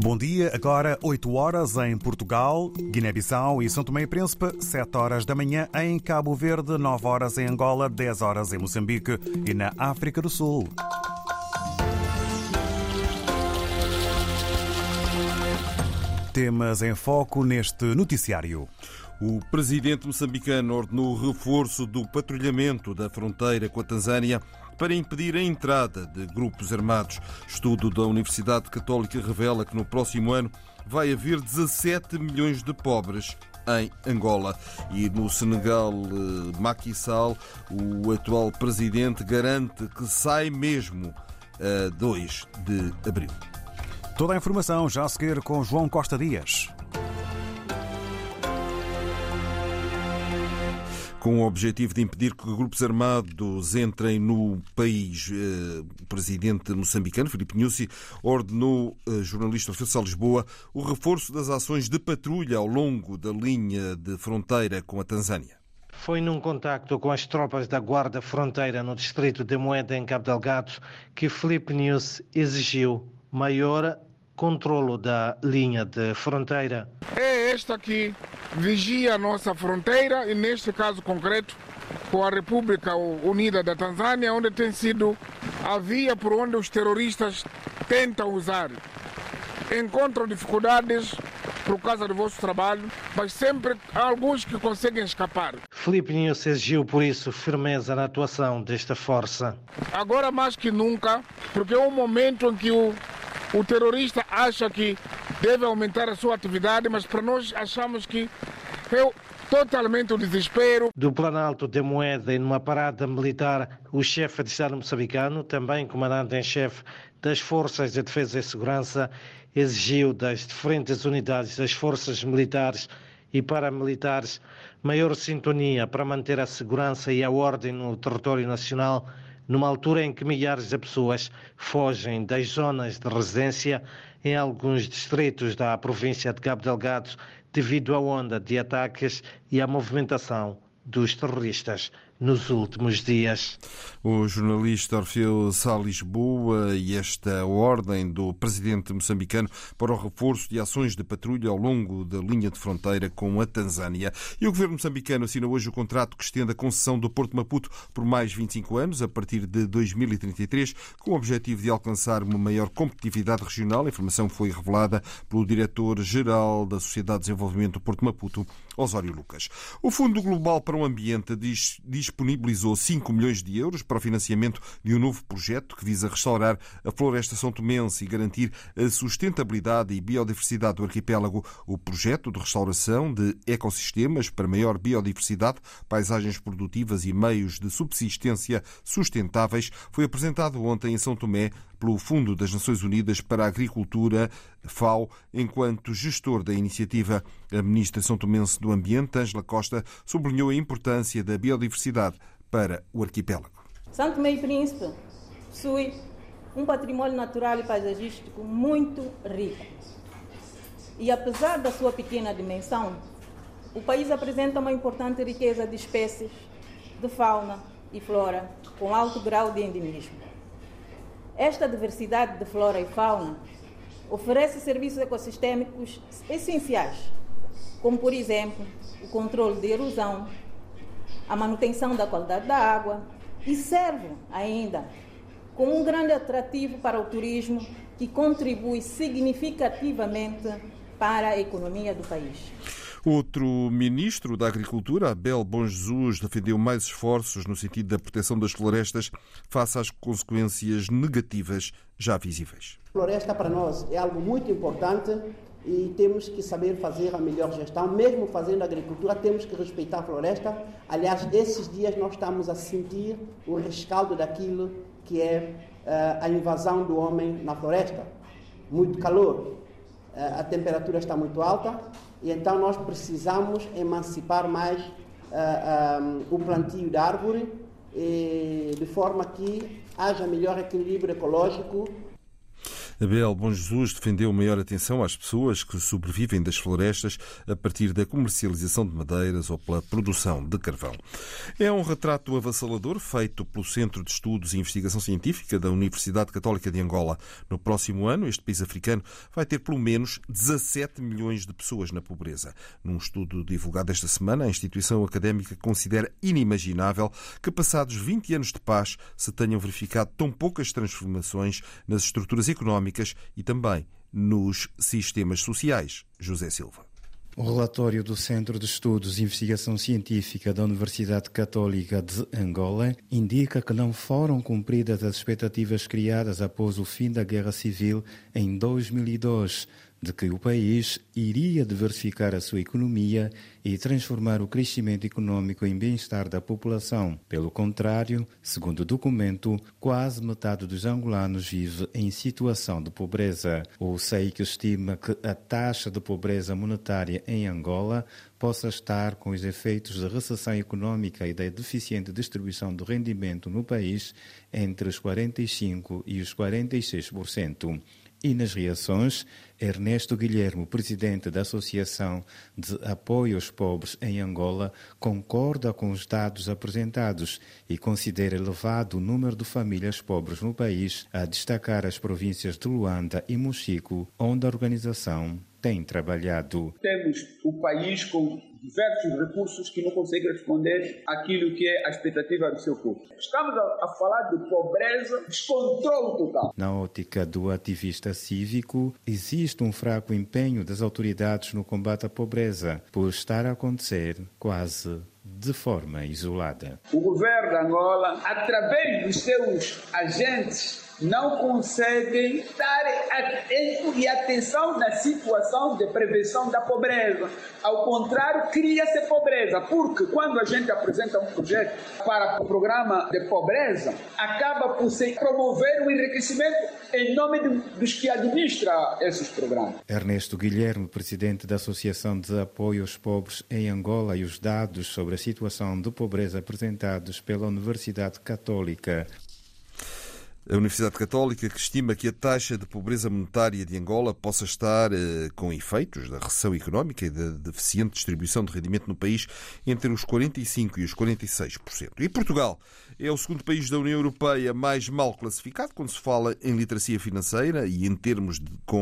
Bom dia, agora 8 horas em Portugal, Guiné-Bissau e São Tomé e Príncipe, 7 horas da manhã em Cabo Verde, 9 horas em Angola, 10 horas em Moçambique e na África do Sul. Temas em foco neste noticiário. O presidente moçambicano ordenou o reforço do patrulhamento da fronteira com a Tanzânia para impedir a entrada de grupos armados. Estudo da Universidade Católica revela que no próximo ano vai haver 17 milhões de pobres em Angola. E no Senegal, Macky Sall, o atual presidente, garante que sai mesmo a 2 de abril. Toda a informação já a seguir com João Costa Dias. Com o objetivo de impedir que grupos armados entrem no país, o presidente moçambicano, Filipe Nyusi, ordenou a jornalista oficial de Lisboa o reforço das ações de patrulha ao longo da linha de fronteira com a Tanzânia. Foi num contacto com as tropas da Guarda Fronteira no distrito de Moeda, em Cabo Delgado, que Filipe Nyusi exigiu maior controlo da linha de fronteira. É esta que vigia a nossa fronteira e, neste caso concreto, com a República Unida da Tanzânia, onde tem sido a via por onde os terroristas tentam usar. Encontram dificuldades por causa do vosso trabalho, mas sempre há alguns que conseguem escapar. Filipe Nyusi exigiu, por isso, firmeza na atuação desta força. Agora mais que nunca, porque é um momento em que o terrorista acha que deve aumentar a sua atividade, mas para nós achamos que é totalmente o desespero. Do Planalto de Moeda e numa parada militar, o chefe de Estado moçambicano, também comandante-em-chefe das Forças de Defesa e Segurança, exigiu das diferentes unidades das forças militares e paramilitares maior sintonia para manter a segurança e a ordem no território nacional, numa altura em que milhares de pessoas fogem das zonas de residência em alguns distritos da província de Cabo Delgado devido à onda de ataques e à movimentação dos terroristas nos últimos dias. O jornalista Orfeu Sá Lisboa e esta ordem do presidente moçambicano para o reforço de ações de patrulha ao longo da linha de fronteira com a Tanzânia. E o governo moçambicano assina hoje o contrato que estende a concessão do Porto de Maputo por mais 25 anos, a partir de 2033, com o objetivo de alcançar uma maior competitividade regional. A informação foi revelada pelo diretor-geral da Sociedade de Desenvolvimento do Porto de Maputo, Osório Lucas. O Fundo Global para o Ambiente disponibilizou 5 milhões de euros para o financiamento de um novo projeto que visa restaurar a floresta são-tomense e garantir a sustentabilidade e biodiversidade do arquipélago. O projeto de restauração de ecossistemas para maior biodiversidade, paisagens produtivas e meios de subsistência sustentáveis foi apresentado ontem em São Tomé pelo Fundo das Nações Unidas para a Agricultura, FAO, enquanto gestor da iniciativa. A ministra são-tomense do Ambiente, Ângela Costa, sublinhou a importância da biodiversidade para o arquipélago. São Tomé e Príncipe possui um património natural e paisagístico muito rico. E apesar da sua pequena dimensão, o país apresenta uma importante riqueza de espécies, de fauna e flora, com alto grau de endemismo. Esta diversidade de flora e fauna oferece serviços ecossistêmicos essenciais, como, por exemplo, o controle de erosão, a manutenção da qualidade da água e serve ainda como um grande atrativo para o turismo que contribui significativamente para a economia do país. Outro ministro da Agricultura, Abel Bom Jesus, defendeu mais esforços no sentido da proteção das florestas face às consequências negativas já visíveis. A floresta para nós é algo muito importante e temos que saber fazer a melhor gestão. Mesmo fazendo agricultura, temos que respeitar a floresta. Aliás, esses dias nós estamos a sentir o rescaldo daquilo que é a invasão do homem na floresta. Muito calor, a temperatura está muito alta e então nós precisamos emancipar mais o plantio de árvore de forma que haja melhor equilíbrio ecológico. Abel Bom Jesus defendeu maior atenção às pessoas que sobrevivem das florestas a partir da comercialização de madeiras ou pela produção de carvão. É um retrato avassalador feito pelo Centro de Estudos e Investigação Científica da Universidade Católica de Angola. No próximo ano, este país africano vai ter pelo menos 17 milhões de pessoas na pobreza. Num estudo divulgado esta semana, a instituição académica considera inimaginável que, passados 20 anos de paz, se tenham verificado tão poucas transformações nas estruturas económicas e também nos sistemas sociais. José Silva. O relatório do Centro de Estudos e Investigação Científica da Universidade Católica de Angola indica que não foram cumpridas as expectativas criadas após o fim da Guerra Civil em 2002, de que o país iria diversificar a sua economia e transformar o crescimento econômico em bem-estar da população. Pelo contrário, segundo o documento, quase metade dos angolanos vive em situação de pobreza. O SEIC estima que a taxa de pobreza monetária em Angola possa estar com os efeitos da recessão econômica e da deficiente distribuição do rendimento no país entre os 45% e os 46%. E nas reações, Ernesto Guilherme, presidente da Associação de Apoio aos Pobres em Angola, concorda com os dados apresentados e considera elevado o número de famílias pobres no país, a destacar as províncias de Luanda e Mochico, onde a organização tem trabalhado. Temos o país com diversos recursos que não conseguem responder àquilo que é a expectativa do seu povo. Estamos a falar de pobreza, descontrole total. Na ótica do ativista cívico, existe um fraco empenho das autoridades no combate à pobreza, por estar a acontecer quase de forma isolada. O governo de Angola, através dos seus agentes, não conseguem dar tempo e atenção na situação de prevenção da pobreza. Ao contrário, cria-se pobreza, porque quando a gente apresenta um projeto para o programa de pobreza, acaba por se promover o enriquecimento em nome dos que administram esses programas. Ernesto Guilherme, presidente da Associação de Apoio aos Pobres em Angola, e os dados sobre a situação de pobreza apresentados pela Universidade Católica. A Universidade Católica, que estima que a taxa de pobreza monetária de Angola possa estar com efeitos da recessão económica e da deficiente distribuição de rendimento no país entre os 45% e os 46%. E Portugal é o segundo país da União Europeia mais mal classificado quando se fala em literacia financeira e em termos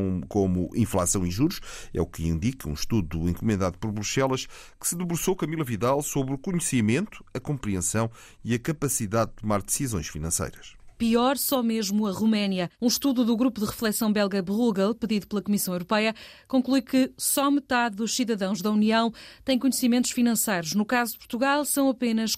como inflação e juros. É o que indica um estudo encomendado por Bruxelas que se debruçou Camila Vidal sobre o conhecimento, a compreensão e a capacidade de tomar decisões financeiras. Pior só mesmo a Roménia. Um estudo do grupo de reflexão belga Bruegel, pedido pela Comissão Europeia, conclui que só metade dos cidadãos da União têm conhecimentos financeiros. No caso de Portugal, são apenas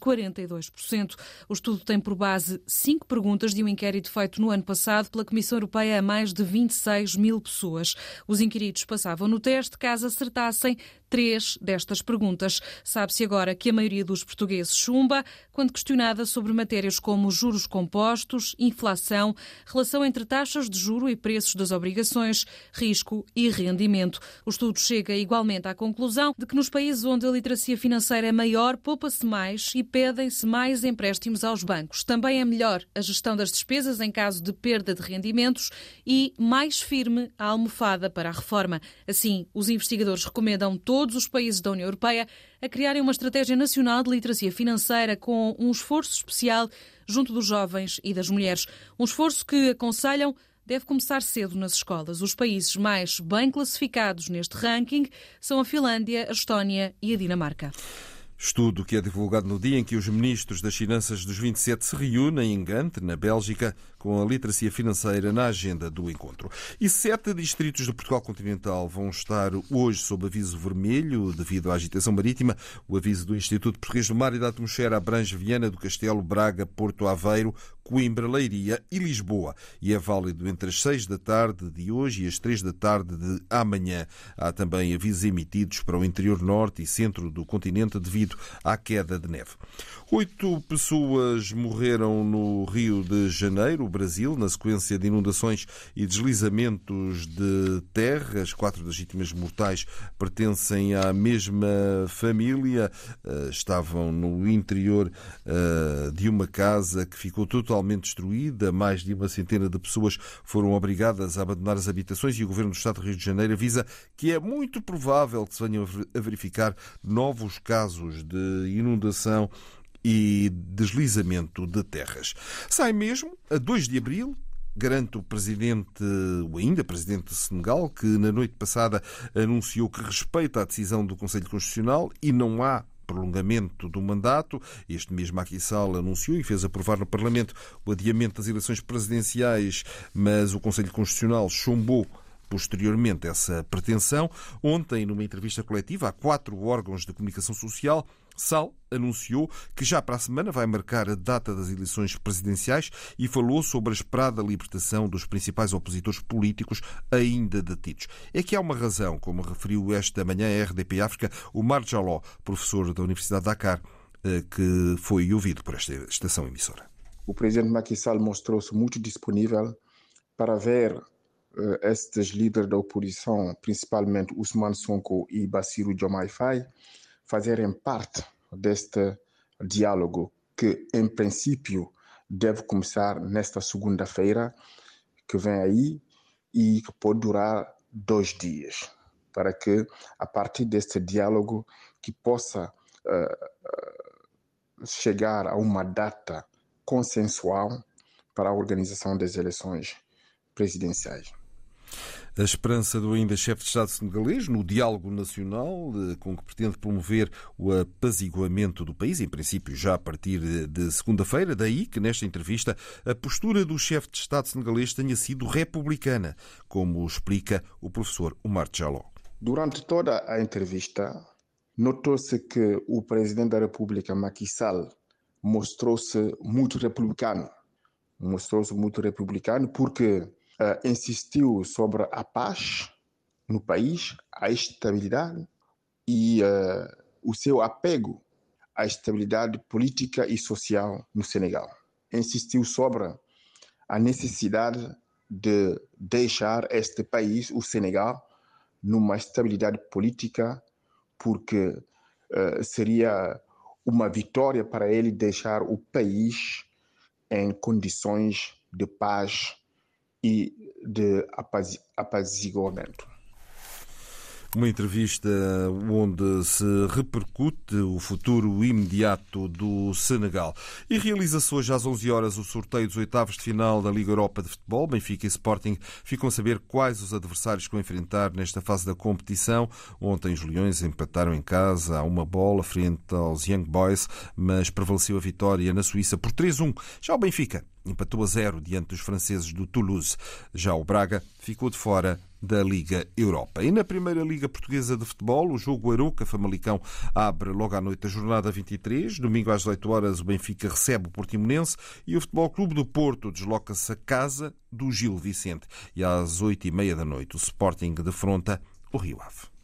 42%. O estudo tem por base 5 perguntas de um inquérito feito no ano passado pela Comissão Europeia a mais de 26 mil pessoas. Os inquiridos passavam no teste caso acertassem 3 destas perguntas. Sabe-se agora que a maioria dos portugueses chumba quando questionada sobre matérias como juros compostos, inflação, relação entre taxas de juro e preços das obrigações, risco e rendimento. O estudo chega igualmente à conclusão de que nos países onde a literacia financeira é maior, poupa-se mais e pedem-se mais empréstimos aos bancos. Também é melhor a gestão das despesas em caso de perda de rendimentos e mais firme a almofada para a reforma. Assim, os investigadores recomendam todos os países da União Europeia a criarem uma estratégia nacional de literacia financeira com um esforço especial junto dos jovens e das mulheres. Um esforço que, aconselham, deve começar cedo nas escolas. Os países mais bem classificados neste ranking são a Finlândia, a Estónia e a Dinamarca. Estudo que é divulgado no dia em que os ministros das Finanças dos 27 se reúnem em Gante, na Bélgica, com a literacia financeira na agenda do encontro. E 7 distritos de Portugal continental vão estar hoje sob aviso vermelho devido à agitação marítima. O aviso do Instituto Português do Mar e da Atmosfera abrange Viana do Castelo, Braga, Porto Aveiro, Coimbra, Leiria e Lisboa. E é válido entre as 6 da tarde de hoje e as 3 da tarde de amanhã. Há também avisos emitidos para o interior norte e centro do continente devido à queda de neve. 8 pessoas morreram no Rio de Janeiro, Brasil, na sequência de inundações e deslizamentos de terra. As 4 das vítimas mortais pertencem à mesma família. Estavam no interior de uma casa que ficou totalmente totalmente destruída. Mais de uma centena de pessoas foram obrigadas a abandonar as habitações e o Governo do Estado do Rio de Janeiro avisa que é muito provável que se venham a verificar novos casos de inundação e deslizamento de terras. Sai mesmo a 2 de abril, garante o ainda presidente de Senegal, que na noite passada anunciou que respeita a decisão do Conselho Constitucional e não há prolongamento do mandato. Este mesmo Macky Sall anunciou e fez aprovar no Parlamento o adiamento das eleições presidenciais, mas o Conselho Constitucional chumbou posteriormente essa pretensão. Ontem, numa entrevista coletiva a 4 órgãos de comunicação social, Sall anunciou que já para a semana vai marcar a data das eleições presidenciais e falou sobre a esperada libertação dos principais opositores políticos ainda detidos. É que há uma razão, como referiu esta manhã a RDP África Oumar Jallow, professor da Universidade de Dakar, que foi ouvido por esta estação emissora. O presidente Macky Sall mostrou-se muito disponível para ver estes líderes da oposição, principalmente Ousmane Sonko e Bassirou Diomaye Faye, fazerem parte deste diálogo que, em princípio, deve começar nesta segunda-feira que vem aí e que pode durar 2 dias, para que, a partir deste diálogo, que possa chegar a uma data consensual para a organização das eleições presidenciais. A esperança do ainda chefe de Estado senegalês no diálogo nacional, com que pretende promover o apaziguamento do país, em princípio já a partir de segunda-feira, daí que nesta entrevista a postura do chefe de Estado senegalês tenha sido republicana, como explica o professor Oumar Jallow. Durante toda a entrevista, notou-se que o presidente da República, Macky Sall, mostrou-se muito republicano. Porque insistiu sobre a paz no país, a estabilidade e o seu apego à estabilidade política e social no Senegal. Insistiu sobre a necessidade de deixar este país, o Senegal, numa estabilidade política, porque seria uma vitória para ele deixar o país em condições de paz e de apaziguamento. Uma entrevista onde se repercute o futuro imediato do Senegal. E realiza-se hoje às 11 horas o sorteio dos oitavos de final da Liga Europa de Futebol. Benfica e Sporting ficam a saber quais os adversários que vão enfrentar nesta fase da competição. Ontem os Leões empataram em casa a 1-1 frente aos Young Boys, mas prevaleceu a vitória na Suíça por 3-1. Já o Benfica empatou a 0 diante dos franceses do Toulouse. Já o Braga ficou de fora da Liga Europa. E na Primeira Liga Portuguesa de Futebol, o jogo Arouca-Famalicão abre logo à noite a jornada 23. Domingo às 18 horas o Benfica recebe o Portimonense e o Futebol Clube do Porto desloca-se a casa do Gil Vicente. E às 8h30 da noite o Sporting defronta o Rio Ave.